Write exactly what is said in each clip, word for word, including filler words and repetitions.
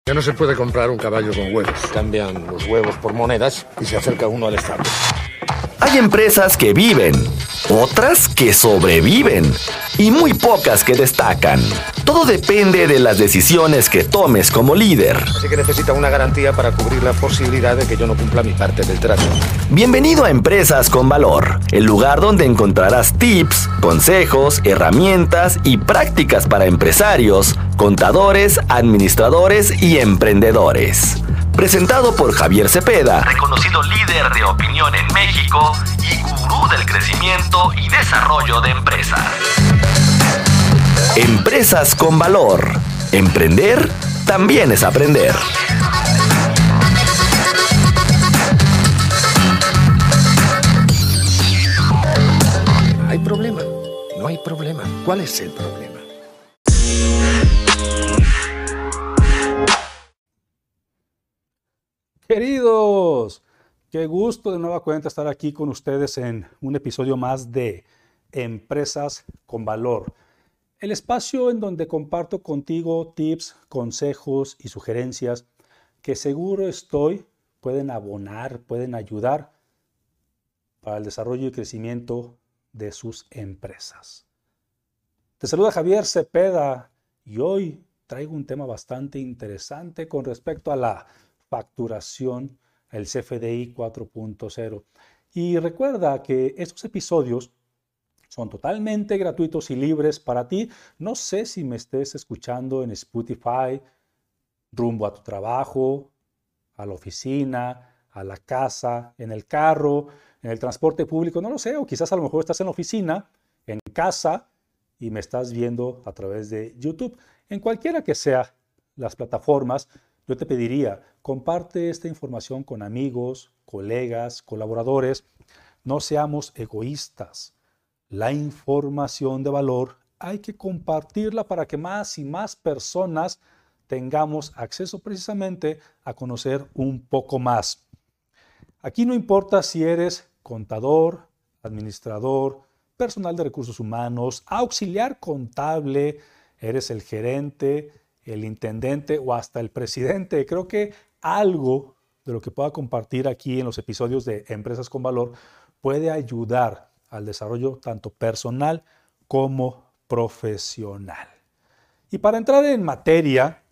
Ya no se puede comprar un caballo con huevos. Cambian los huevos por monedas y se acerca uno al Estado. Hay empresas que viven, otras que sobreviven y muy pocas que destacan. Todo depende de las decisiones que tomes como líder. Así que necesita una garantía para cubrir la posibilidad de que yo no cumpla mi parte del trato. Bienvenido a Empresas con Valor, el lugar donde encontrarás tips, consejos, herramientas y prácticas para empresarios, contadores, administradores y emprendedores. Presentado por Javier Cepeda, reconocido líder de opinión en México y gurú del crecimiento y desarrollo de empresas. Empresas con Valor. Emprender también es aprender. ¿Hay problema? No hay problema. ¿Cuál es el problema? Queridos, qué gusto de nueva cuenta estar aquí con ustedes en un episodio más de Empresas con Valor. El espacio en donde comparto contigo tips, consejos y sugerencias que seguro estoy pueden abonar, pueden ayudar para el desarrollo y crecimiento de sus empresas. Te saluda Javier Cepeda y hoy traigo un tema bastante interesante con respecto a la facturación, el C F D I cuatro punto cero. Y recuerda que estos episodios son totalmente gratuitos y libres para ti. No sé si me estés escuchando en Spotify, rumbo a tu trabajo, a la oficina, a la casa, en el carro, en el transporte público, no lo sé, o quizás a lo mejor estás en la oficina, en casa y me estás viendo a través de YouTube. En cualquiera que sea las plataformas, yo te pediría, comparte esta información con amigos, colegas, colaboradores. No seamos egoístas. La información de valor hay que compartirla para que más y más personas tengamos acceso precisamente a conocer un poco más. Aquí no importa si eres contador, administrador, personal de recursos humanos, auxiliar contable, eres el gerente, el intendente o hasta el presidente. Creo que algo de lo que pueda compartir aquí en los episodios de Empresas con Valor puede ayudar al desarrollo tanto personal como profesional. Y para entrar en materia,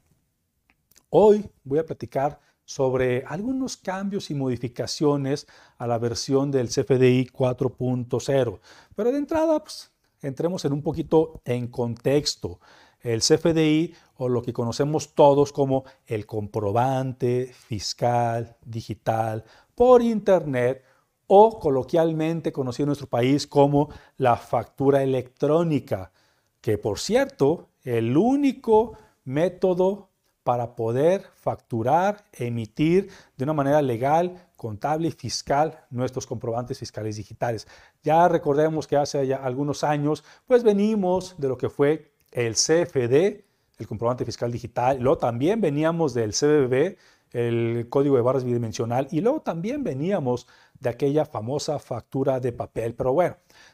hoy voy a platicar sobre algunos cambios y modificaciones a la versión del C F D I cuatro punto cero. Pero de entrada, pues, entremos en un poquito en contexto. El C F D I, o lo que conocemos todos como el comprobante fiscal digital por Internet, o coloquialmente conocido en nuestro país como la factura electrónica, que por cierto, el único método para poder facturar, emitir de una manera legal, contable y fiscal nuestros comprobantes fiscales digitales. Ya recordemos que hace ya algunos años, pues venimos de lo que fue el C F D, el comprobante fiscal digital, y luego también veníamos del C B B, el código de barras bidimensional, y luego también veníamos de aquella famosa factura de papel. Pero bueno,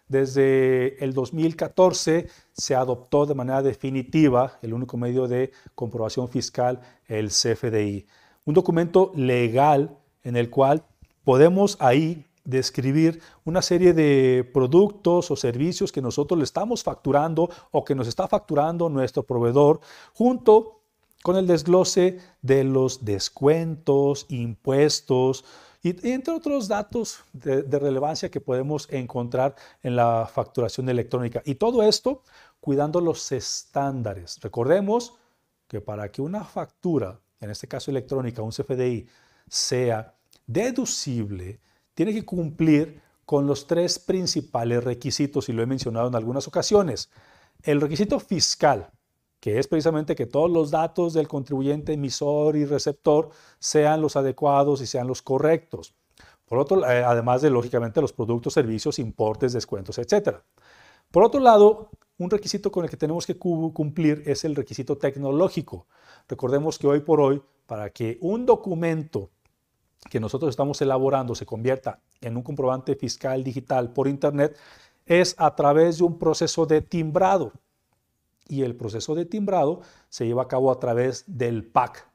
desde el dos mil catorce se adoptó de manera definitiva el único medio de comprobación fiscal, el C F D I. Un documento legal en el cual podemos ahí describir una serie de productos o servicios que nosotros le estamos facturando o que nos está facturando nuestro proveedor, junto con el desglose de los descuentos, impuestos y entre otros datos de, de relevancia que podemos encontrar en la facturación electrónica. Y todo esto cuidando los estándares. Recordemos que para que una factura, en este caso electrónica, un C F D I, sea deducible, tiene que cumplir con los tres principales requisitos, y lo he mencionado en algunas ocasiones. El requisito fiscal, que es precisamente que todos los datos del contribuyente emisor y receptor sean los adecuados y sean los correctos. Por otro, eh, además de, lógicamente, los productos, servicios, importes, descuentos, etcétera. Por otro lado, un requisito con el que tenemos que cumplir es el requisito tecnológico. Recordemos que hoy por hoy, para que un documento que nosotros estamos elaborando se convierta en un comprobante fiscal digital por Internet, es a través de un proceso de timbrado. Y el proceso de timbrado se lleva a cabo a través del P A C,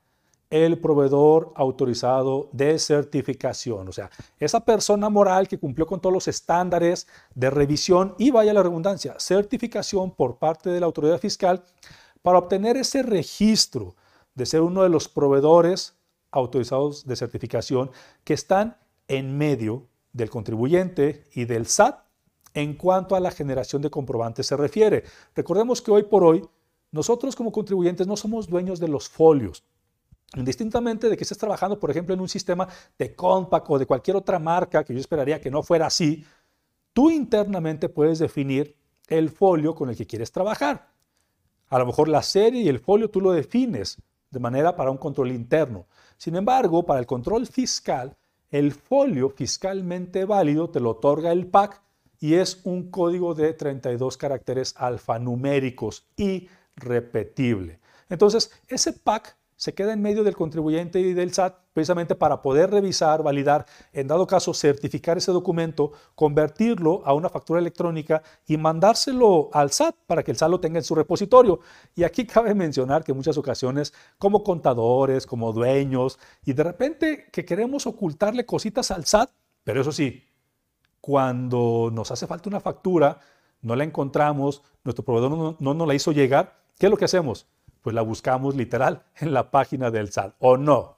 el proveedor autorizado de certificación. O sea, esa persona moral que cumplió con todos los estándares de revisión y, vaya la redundancia, certificación por parte de la autoridad fiscal para obtener ese registro de ser uno de los proveedores autorizados de certificación que están en medio del contribuyente y del S A T en cuanto a la generación de comprobantes se refiere. Recordemos que hoy por hoy nosotros como contribuyentes no somos dueños de los folios. Indistintamente de que estés trabajando, por ejemplo, en un sistema de Compact o de cualquier otra marca, que yo esperaría que no fuera así, tú internamente puedes definir el folio con el que quieres trabajar. A lo mejor la serie y el folio tú lo defines de manera para un control interno. Sin embargo, para el control fiscal, el folio fiscalmente válido te lo otorga el P A C y es un código de treinta y dos caracteres alfanuméricos y repetible. Entonces, ese P A C se queda en medio del contribuyente y del S A T precisamente para poder revisar, validar, en dado caso certificar ese documento, convertirlo a una factura electrónica y mandárselo al S A T para que el S A T lo tenga en su repositorio. Y aquí cabe mencionar que en muchas ocasiones como contadores, como dueños, y de repente que queremos ocultarle cositas al S A T, pero eso sí, cuando nos hace falta una factura, no la encontramos, nuestro proveedor no, no nos la hizo llegar, ¿qué es lo que hacemos? Pues la buscamos literal en la página del S A T, ¿o no?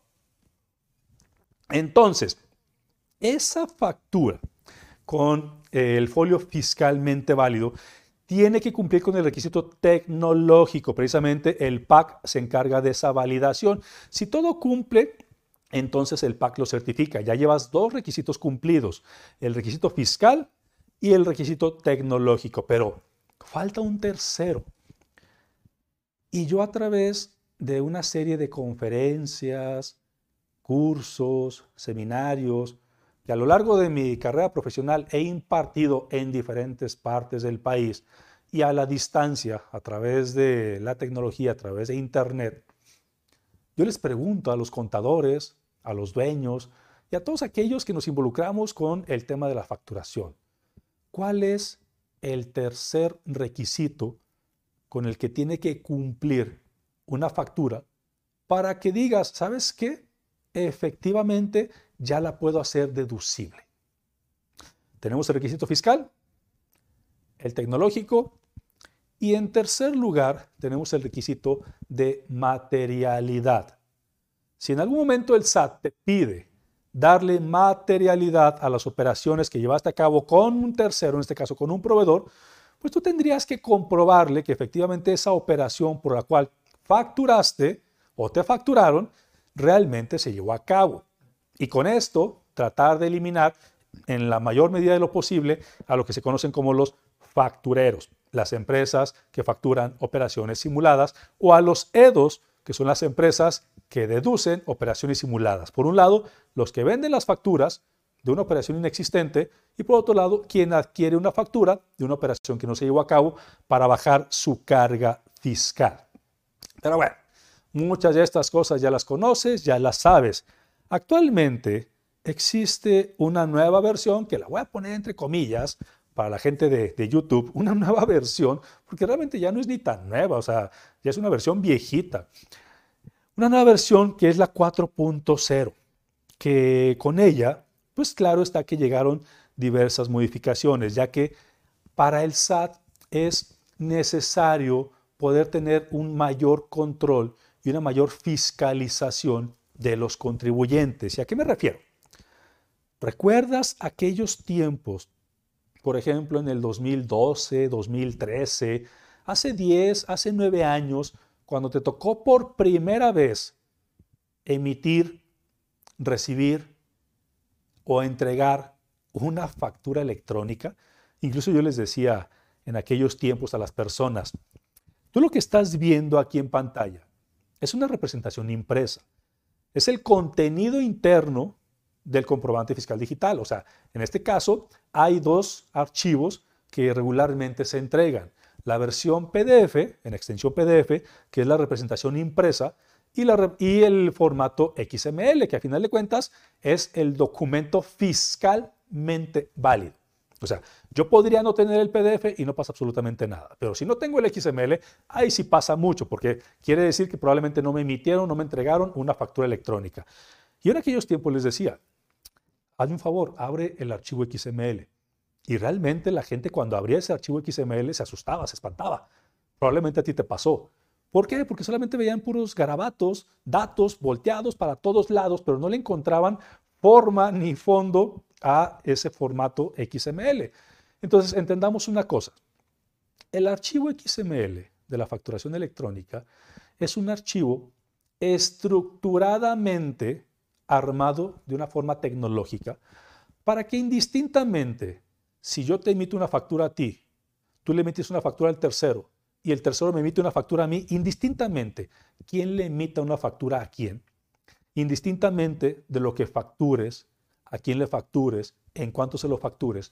Entonces, esa factura con el folio fiscalmente válido tiene que cumplir con el requisito tecnológico. Precisamente el P A C se encarga de esa validación. Si todo cumple, entonces el P A C lo certifica. Ya llevas dos requisitos cumplidos, el requisito fiscal y el requisito tecnológico, pero falta un tercero. Y yo a través de una serie de conferencias, cursos, seminarios, que a lo largo de mi carrera profesional he impartido en diferentes partes del país y a la distancia, a través de la tecnología, a través de Internet, yo les pregunto a los contadores, a los dueños y a todos aquellos que nos involucramos con el tema de la facturación, ¿cuál es el tercer requisito con el que tiene que cumplir una factura para que digas, ¿sabes qué? Efectivamente ya la puedo hacer deducible? Tenemos el requisito fiscal, el tecnológico y en tercer lugar tenemos el requisito de materialidad. Si en algún momento el S A T te pide darle materialidad a las operaciones que llevaste a cabo con un tercero, en este caso con un proveedor, pues tú tendrías que comprobarle que efectivamente esa operación por la cual facturaste o te facturaron realmente se llevó a cabo. Y con esto tratar de eliminar en la mayor medida de lo posible a lo que se conocen como los factureros, las empresas que facturan operaciones simuladas, o a los E D Os, que son las empresas que deducen operaciones simuladas. Por un lado, los que venden las facturas de una operación inexistente y por otro lado, quien adquiere una factura de una operación que no se llevó a cabo para bajar su carga fiscal. Pero bueno, muchas de estas cosas ya las conoces, ya las sabes. Actualmente existe una nueva versión que la voy a poner entre comillas para la gente de, de YouTube, una nueva versión, porque realmente ya no es ni tan nueva, o sea, ya es una versión viejita. Una nueva versión que es la cuatro punto cero, que con ella, pues claro está que llegaron diversas modificaciones, ya que para el S A T es necesario poder tener un mayor control y una mayor fiscalización de los contribuyentes. ¿Y a qué me refiero? ¿Recuerdas aquellos tiempos, por ejemplo, en el dos mil doce, dos mil trece, hace diez, hace nueve años, cuando te tocó por primera vez emitir, recibir o entregar una factura electrónica? Incluso yo les decía en aquellos tiempos a las personas, tú lo que estás viendo aquí en pantalla es una representación impresa. Es el contenido interno del comprobante fiscal digital. O sea, en este caso hay dos archivos que regularmente se entregan. La versión P D F, en extensión P D F, que es la representación impresa, y, la, y el formato X M L, que a final de cuentas es el documento fiscalmente válido. O sea, yo podría no tener el P D F y no pasa absolutamente nada. Pero si no tengo el X M L, ahí sí pasa mucho, porque quiere decir que probablemente no me emitieron, no me entregaron una factura electrónica. Y en aquellos tiempos les decía, hazme un favor, abre el archivo X M L. Y realmente la gente cuando abría ese archivo X M L se asustaba, se espantaba. Probablemente a ti te pasó. ¿Por qué? Porque solamente veían puros garabatos, datos volteados para todos lados, pero no le encontraban forma ni fondo a ese formato X M L. Entonces, entendamos una cosa. El archivo X M L de la facturación electrónica es un archivo estructuradamente armado de una forma tecnológica para que indistintamente, si yo te emito una factura a ti, tú le emites una factura al tercero y el tercero me emite una factura a mí, indistintamente, ¿quién le emita una factura a quién? Indistintamente de lo que factures, a quién le factures, en cuánto se lo factures,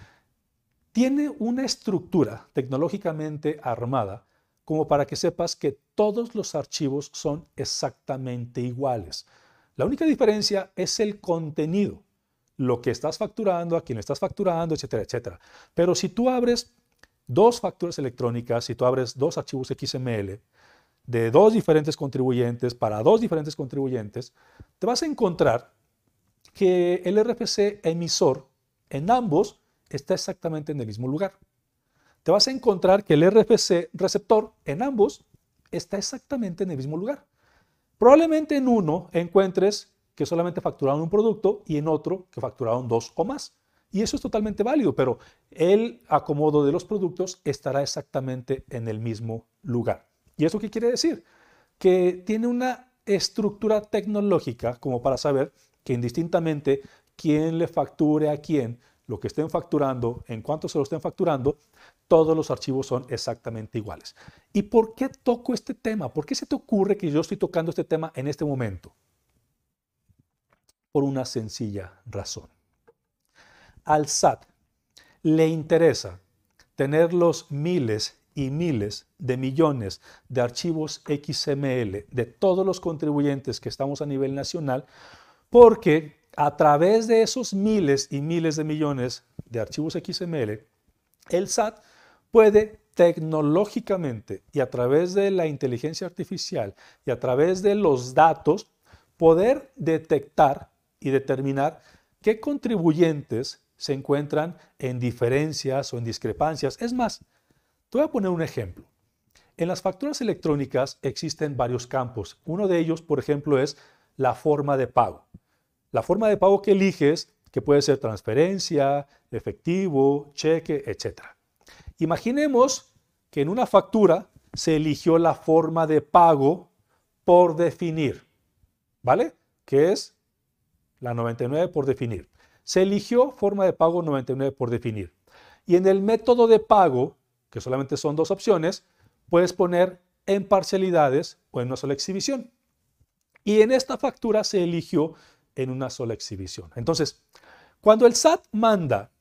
tiene una estructura tecnológicamente armada como para que sepas que todos los archivos son exactamente iguales. La única diferencia es el contenido, lo que estás facturando, a quién le estás facturando, etcétera, etcétera. Pero si tú abres dos facturas electrónicas, si tú abres dos archivos X M L de dos diferentes contribuyentes para dos diferentes contribuyentes, te vas a encontrar que el R F C emisor en ambos está exactamente en el mismo lugar. Te vas a encontrar que el R F C receptor en ambos está exactamente en el mismo lugar. Probablemente en uno encuentres que solamente facturaron un producto y en otro que facturaron dos o más. Y eso es totalmente válido, pero el acomodo de los productos estará exactamente en el mismo lugar. ¿Y eso qué quiere decir? Que tiene una estructura tecnológica como para saber que indistintamente quién le facture a quién, lo que estén facturando, en cuánto se lo estén facturando, todos los archivos son exactamente iguales. ¿Y por qué toco este tema? ¿Por qué se te ocurre que yo estoy tocando este tema en este momento? Por una sencilla razón. Al S A T le interesa tener los miles y miles de millones de archivos X M L de todos los contribuyentes que estamos a nivel nacional, porque a través de esos miles y miles de millones de archivos X M L, el S A T puede tecnológicamente y a través de la inteligencia artificial y a través de los datos poder detectar y determinar qué contribuyentes se encuentran en diferencias o en discrepancias. Es más, te voy a poner un ejemplo. En las facturas electrónicas existen varios campos. Uno de ellos, por ejemplo, es la forma de pago. La forma de pago que eliges, que puede ser transferencia, efectivo, cheque, etcétera. Imaginemos que en una factura se eligió la forma de pago por definir, ¿vale? Que es la noventa y nueve por definir. Se eligió forma de pago noventa y nueve por definir. Y en el método de pago, que solamente son dos opciones, puedes poner en parcialidades o en una sola exhibición. Y en esta factura se eligió en una sola exhibición. Entonces, cuando el S A T manda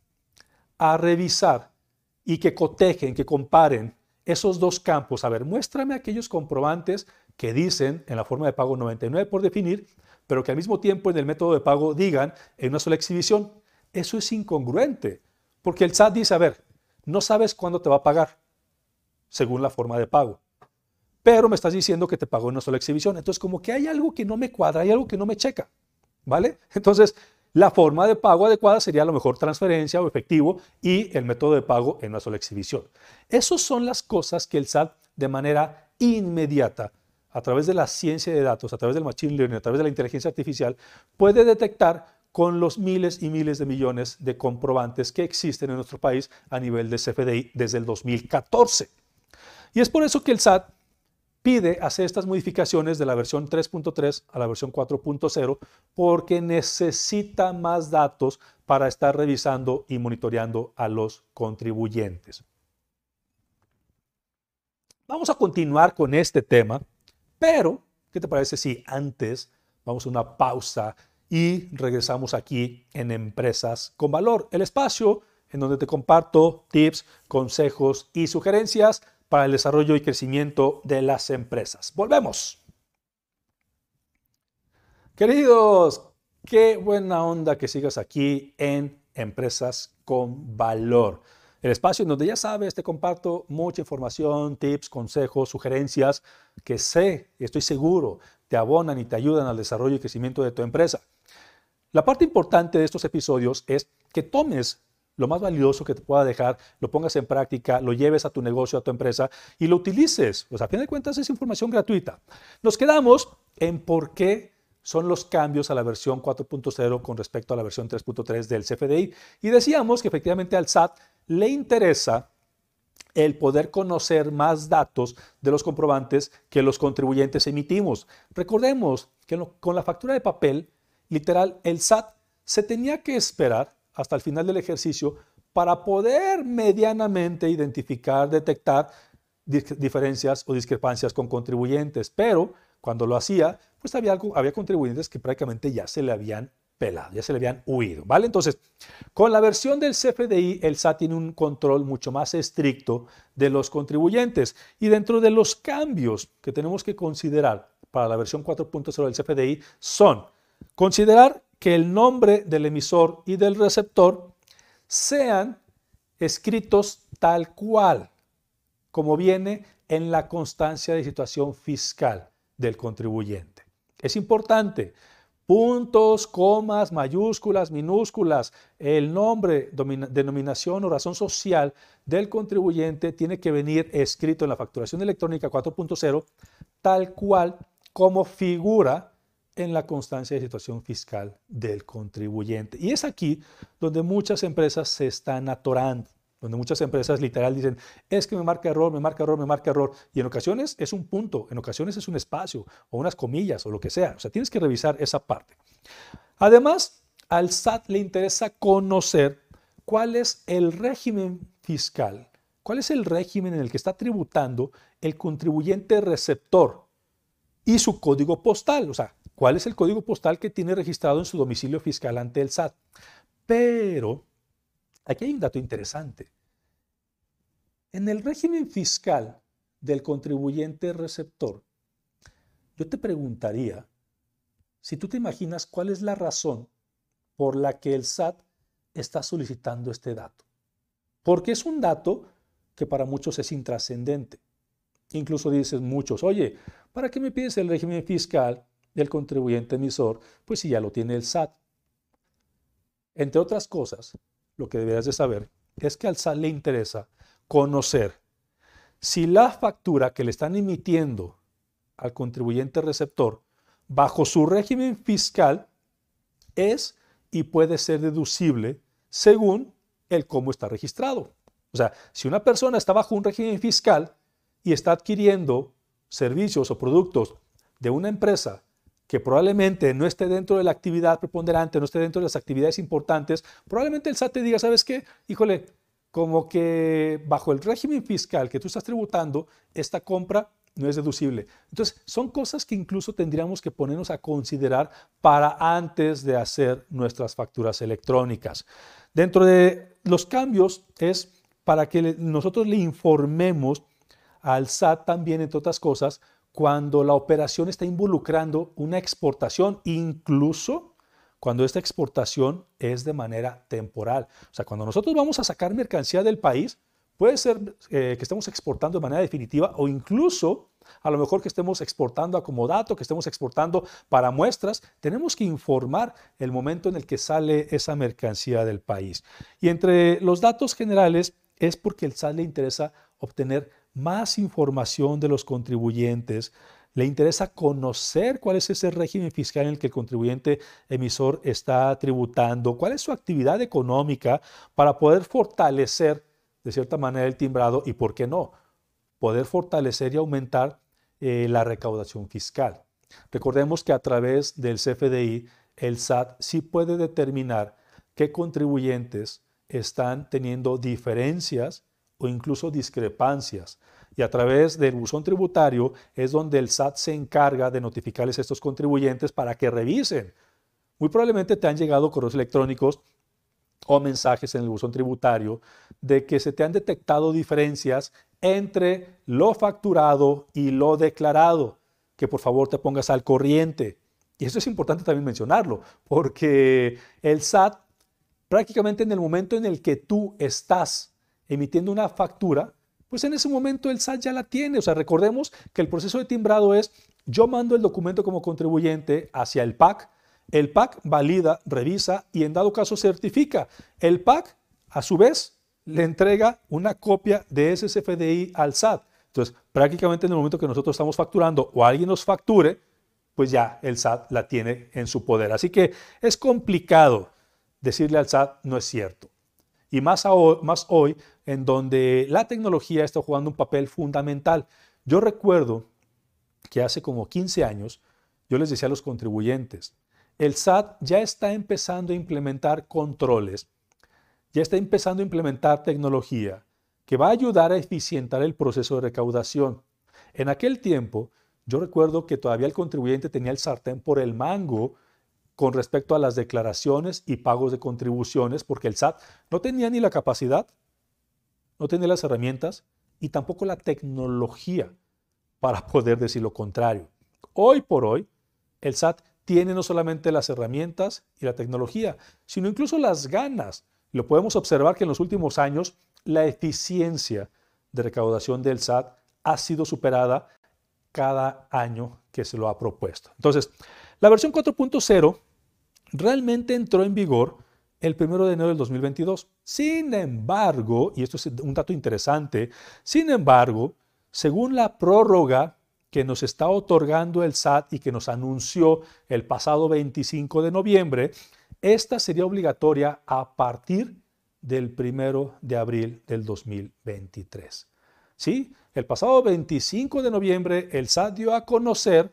a revisar y que cotejen, que comparen esos dos campos, a ver, muéstrame aquellos comprobantes que dicen en la forma de pago noventa y nueve por definir, pero que al mismo tiempo en el método de pago digan en una sola exhibición. Eso es incongruente, porque el S A T dice, a ver, no sabes cuándo te va a pagar, según la forma de pago, pero me estás diciendo que te pagó en una sola exhibición. Entonces, como que hay algo que no me cuadra, hay algo que no me checa, ¿vale? Entonces, la forma de pago adecuada sería a lo mejor transferencia o efectivo y el método de pago en una sola exhibición. Esas son las cosas que el S A T de manera inmediata, a través de la ciencia de datos, a través del machine learning, a través de la inteligencia artificial, puede detectar con los miles y miles de millones de comprobantes que existen en nuestro país a nivel de C F D I desde el dos mil catorce. Y es por eso que el S A T pide hacer estas modificaciones de la versión tres punto tres a la versión cuatro punto cero porque necesita más datos para estar revisando y monitoreando a los contribuyentes. Vamos a continuar con este tema, pero ¿qué te parece si antes vamos a una pausa y regresamos aquí en Empresas con Valor, el espacio en donde te comparto tips, consejos y sugerencias para el desarrollo y crecimiento de las empresas? Volvemos. Queridos, qué buena onda que sigas aquí en Empresas con Valor. El espacio en donde, ya sabes, te comparto mucha información, tips, consejos, sugerencias que sé y estoy seguro te abonan y te ayudan al desarrollo y crecimiento de tu empresa. La parte importante de estos episodios es que tomes lo más valioso que te pueda dejar, lo pongas en práctica, lo lleves a tu negocio, a tu empresa y lo utilices. Pues a fin de cuentas es información gratuita. Nos quedamos en por qué son los cambios a la versión cuatro punto cero con respecto a la versión tres punto tres del C F D I. Y decíamos que efectivamente al S A T le interesa el poder conocer más datos de los comprobantes que los contribuyentes emitimos. Recordemos que lo, con la factura de papel, literal, el S A T se tenía que esperar hasta el final del ejercicio para poder medianamente identificar, detectar diferencias o discrepancias con contribuyentes. Pero cuando lo hacía, pues había, algo, había contribuyentes que prácticamente ya se le habían pelado, ya se le habían huido, ¿vale? Entonces, con la versión del C F D I, el S A T tiene un control mucho más estricto de los contribuyentes. Y dentro de los cambios que tenemos que considerar para la versión cuatro punto cero del C F D I son considerar que el nombre del emisor y del receptor sean escritos tal cual, como viene en la constancia de situación fiscal del contribuyente. Es importante. Puntos, comas, mayúsculas, minúsculas, el nombre, denominación o razón social del contribuyente tiene que venir escrito en la facturación electrónica cuatro punto cero tal cual como figura en la constancia de situación fiscal del contribuyente. Y es aquí donde muchas empresas se están atorando, donde muchas empresas literal dicen, es que me marca error, me marca error, me marca error. Y en ocasiones es un punto, en ocasiones es un espacio o unas comillas o lo que sea. O sea, tienes que revisar esa parte. Además, al S A T le interesa conocer cuál es el régimen fiscal, cuál es el régimen en el que está tributando el contribuyente receptor y su código postal. O sea, cuál es el código postal que tiene registrado en su domicilio fiscal ante el S A T. Pero aquí hay un dato interesante. En el régimen fiscal del contribuyente receptor, yo te preguntaría si tú te imaginas cuál es la razón por la que el S A T está solicitando este dato. Porque es un dato que para muchos es intrascendente. Incluso dicen muchos, oye, ¿para qué me pides el régimen fiscal del contribuyente emisor? Pues si ya lo tiene el S A T. Entre otras cosas, lo que deberías de saber es que al S A T le interesa conocer si la factura que le están emitiendo al contribuyente receptor bajo su régimen fiscal es y puede ser deducible según el cómo está registrado. O sea, si una persona está bajo un régimen fiscal y está adquiriendo servicios o productos de una empresa que probablemente no esté dentro de la actividad preponderante, no esté dentro de las actividades importantes, probablemente el S A T te diga, ¿sabes qué? Híjole, como que bajo el régimen fiscal que tú estás tributando, esta compra no es deducible. Entonces, son cosas que incluso tendríamos que ponernos a considerar para antes de hacer nuestras facturas electrónicas. Dentro de los cambios es para que le, nosotros le informemos al S A T también, entre otras cosas, cuando la operación está involucrando una exportación, incluso cuando esta exportación es de manera temporal. O sea, cuando nosotros vamos a sacar mercancía del país, puede ser eh, que estemos exportando de manera definitiva o incluso a lo mejor que estemos exportando a comodato, que estemos exportando para muestras. Tenemos que informar el momento en el que sale esa mercancía del país. Y entre los datos generales es porque el S A T le interesa obtener más información de los contribuyentes, le interesa conocer cuál es ese régimen fiscal en el que el contribuyente emisor está tributando, cuál es su actividad económica para poder fortalecer de cierta manera el timbrado y, ¿por qué no?, poder fortalecer y aumentar eh, la recaudación fiscal. Recordemos que a través del C F D I, el S A T sí puede determinar qué contribuyentes están teniendo diferencias o incluso discrepancias. Y a través del buzón tributario es donde el S A T se encarga de notificarles a estos contribuyentes para que revisen. Muy probablemente te han llegado correos electrónicos o mensajes en el buzón tributario de que se te han detectado diferencias entre lo facturado y lo declarado, que por favor te pongas al corriente. Y eso es importante también mencionarlo, porque el S A T prácticamente en el momento en el que tú estás emitiendo una factura, pues en ese momento el S A T ya la tiene. O sea, recordemos que el proceso de timbrado es, yo mando el documento como contribuyente hacia el P A C, el P A C valida, revisa y en dado caso certifica. El P A C, a su vez, le entrega una copia de ese C F D I al S A T. Entonces, prácticamente en el momento que nosotros estamos facturando o alguien nos facture, pues ya el S A T la tiene en su poder. Así que es complicado decirle al S A T no es cierto. Y más, a hoy, más hoy, en donde la tecnología está jugando un papel fundamental. Yo recuerdo que hace como quince años, yo les decía a los contribuyentes, el S A T ya está empezando a implementar controles, ya está empezando a implementar tecnología que va a ayudar a eficientar el proceso de recaudación. En aquel tiempo, yo recuerdo que todavía el contribuyente tenía el sartén por el mango con respecto a las declaraciones y pagos de contribuciones, porque el S A T no tenía ni la capacidad, no tenía las herramientas y tampoco la tecnología para poder decir lo contrario. Hoy por hoy, el S A T tiene no solamente las herramientas y la tecnología, sino incluso las ganas. Lo podemos observar que en los últimos años la eficiencia de recaudación del S A T ha sido superada cada año que se lo ha propuesto. Entonces, la versión cuatro punto cero realmente entró en vigor el primero de enero del dos mil veintidós. Sin embargo, y esto es un dato interesante, sin embargo, según la prórroga que nos está otorgando el S A T y que nos anunció el pasado veinticinco de noviembre, esta sería obligatoria a partir del primero de abril del dos mil veintitrés. ¿Sí? El pasado veinticinco de noviembre el S A T dio a conocer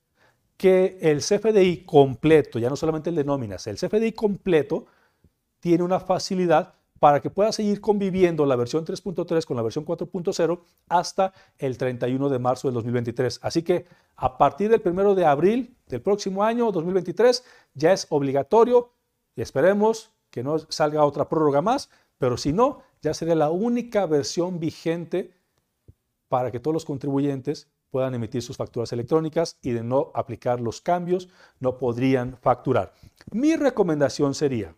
que el C F D I completo, ya no solamente el de nóminas, el C F D I completo tiene una facilidad para que pueda seguir conviviendo la versión tres punto tres con la versión cuatro punto cero hasta el treinta y uno de marzo del dos mil veintitrés. Así que a partir del primero de abril del próximo año, dos mil veintitrés, ya es obligatorio y esperemos que no salga otra prórroga más, pero si no, ya sería la única versión vigente para que todos los contribuyentes puedan emitir sus facturas electrónicas y de no aplicar los cambios, no podrían facturar. Mi recomendación sería,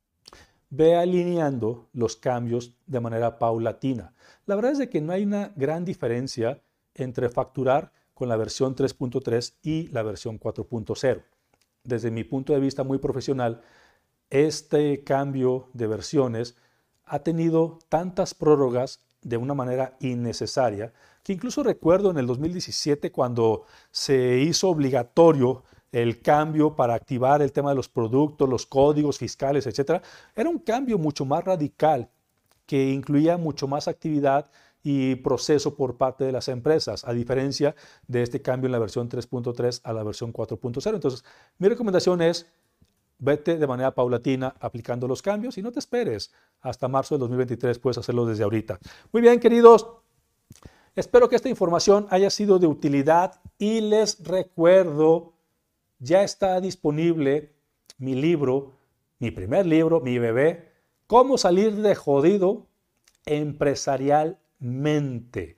ve alineando los cambios de manera paulatina. La verdad es de que no hay una gran diferencia entre facturar con la versión tres punto tres y la versión cuatro punto cero. Desde mi punto de vista muy profesional, este cambio de versiones ha tenido tantas prórrogas de una manera innecesaria, que incluso recuerdo en el dos mil diecisiete cuando se hizo obligatorio el cambio para activar el tema de los productos, los códigos fiscales, etcétera, era un cambio mucho más radical que incluía mucho más actividad y proceso por parte de las empresas, a diferencia de este cambio en la versión tres punto tres a la versión cuatro punto cero. Entonces, mi recomendación es vete de manera paulatina aplicando los cambios y no te esperes hasta marzo del dos mil veintitrés, puedes hacerlo desde ahorita. Muy bien, queridos, espero que esta información haya sido de utilidad y les recuerdo, ya está disponible mi libro, mi primer libro, mi bebé, Cómo salir de jodido empresarialmente.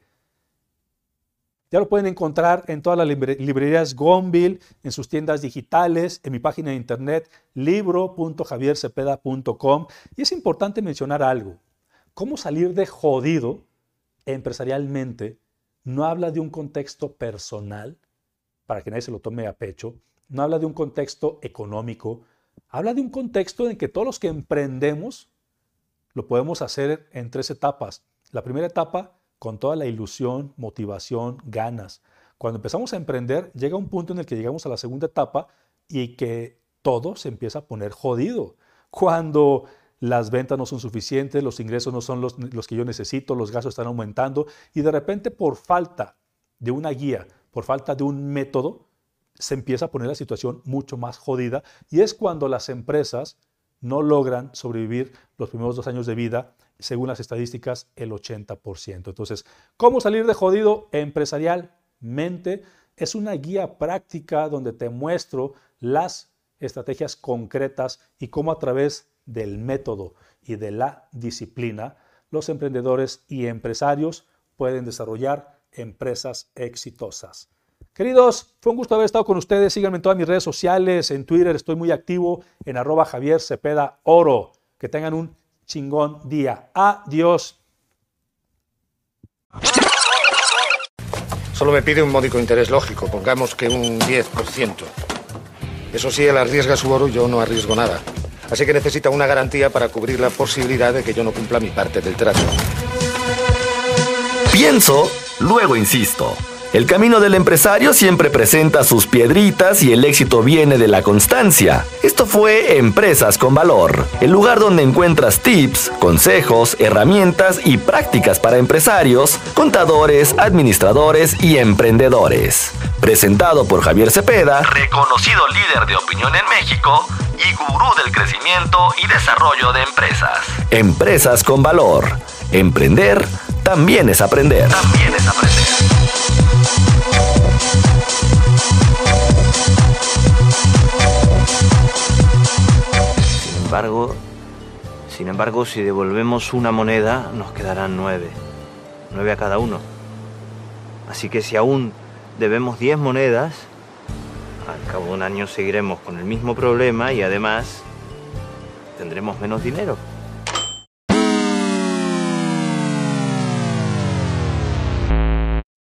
Ya lo pueden encontrar en todas las librerías Gonville, en sus tiendas digitales, en mi página de internet libro punto javier cepeda punto com. Y es importante mencionar algo. Cómo salir de jodido empresarialmente no habla de un contexto personal, para que nadie se lo tome a pecho, no habla de un contexto económico, habla de un contexto en que todos los que emprendemos lo podemos hacer en tres etapas. La primera etapa, con toda la ilusión, motivación, ganas. Cuando empezamos a emprender, llega un punto en el que llegamos a la segunda etapa y que todo se empieza a poner jodido. Cuando las ventas no son suficientes, los ingresos no son los, los que yo necesito, los gastos están aumentando y de repente por falta de una guía, por falta de un método, se empieza a poner la situación mucho más jodida y es cuando las empresas no logran sobrevivir los primeros dos años de vida, según las estadísticas, el ochenta por ciento. Entonces, ¿cómo salir de jodido empresarialmente? Es una guía práctica donde te muestro las estrategias concretas y cómo a través del método y de la disciplina, los emprendedores y empresarios pueden desarrollar empresas exitosas. Queridos, fue un gusto haber estado con ustedes. Síganme en todas mis redes sociales. En Twitter estoy muy activo en arroba Javier Cepeda Oro. Que tengan un chingón día. Adiós. Solo me pide un módico interés lógico, pongamos que un diez por ciento. Eso sí, él arriesga su oro y yo no arriesgo nada. Así que necesita una garantía para cubrir la posibilidad de que yo no cumpla mi parte del trato. Pienso, luego insisto. El camino del empresario siempre presenta sus piedritas y el éxito viene de la constancia. Esto fue Empresas con Valor, el lugar donde encuentras tips, consejos, herramientas y prácticas para empresarios, contadores, administradores y emprendedores. Presentado por Javier Cepeda, reconocido líder de opinión en México y gurú del crecimiento y desarrollo de empresas. Empresas con Valor. Emprender también es aprender. También es aprender. Sin embargo, sin embargo, si devolvemos una moneda, nos quedarán nueve. Nueve a cada uno. Así que si aún debemos diez monedas, al cabo de un año seguiremos con el mismo problema y además tendremos menos dinero.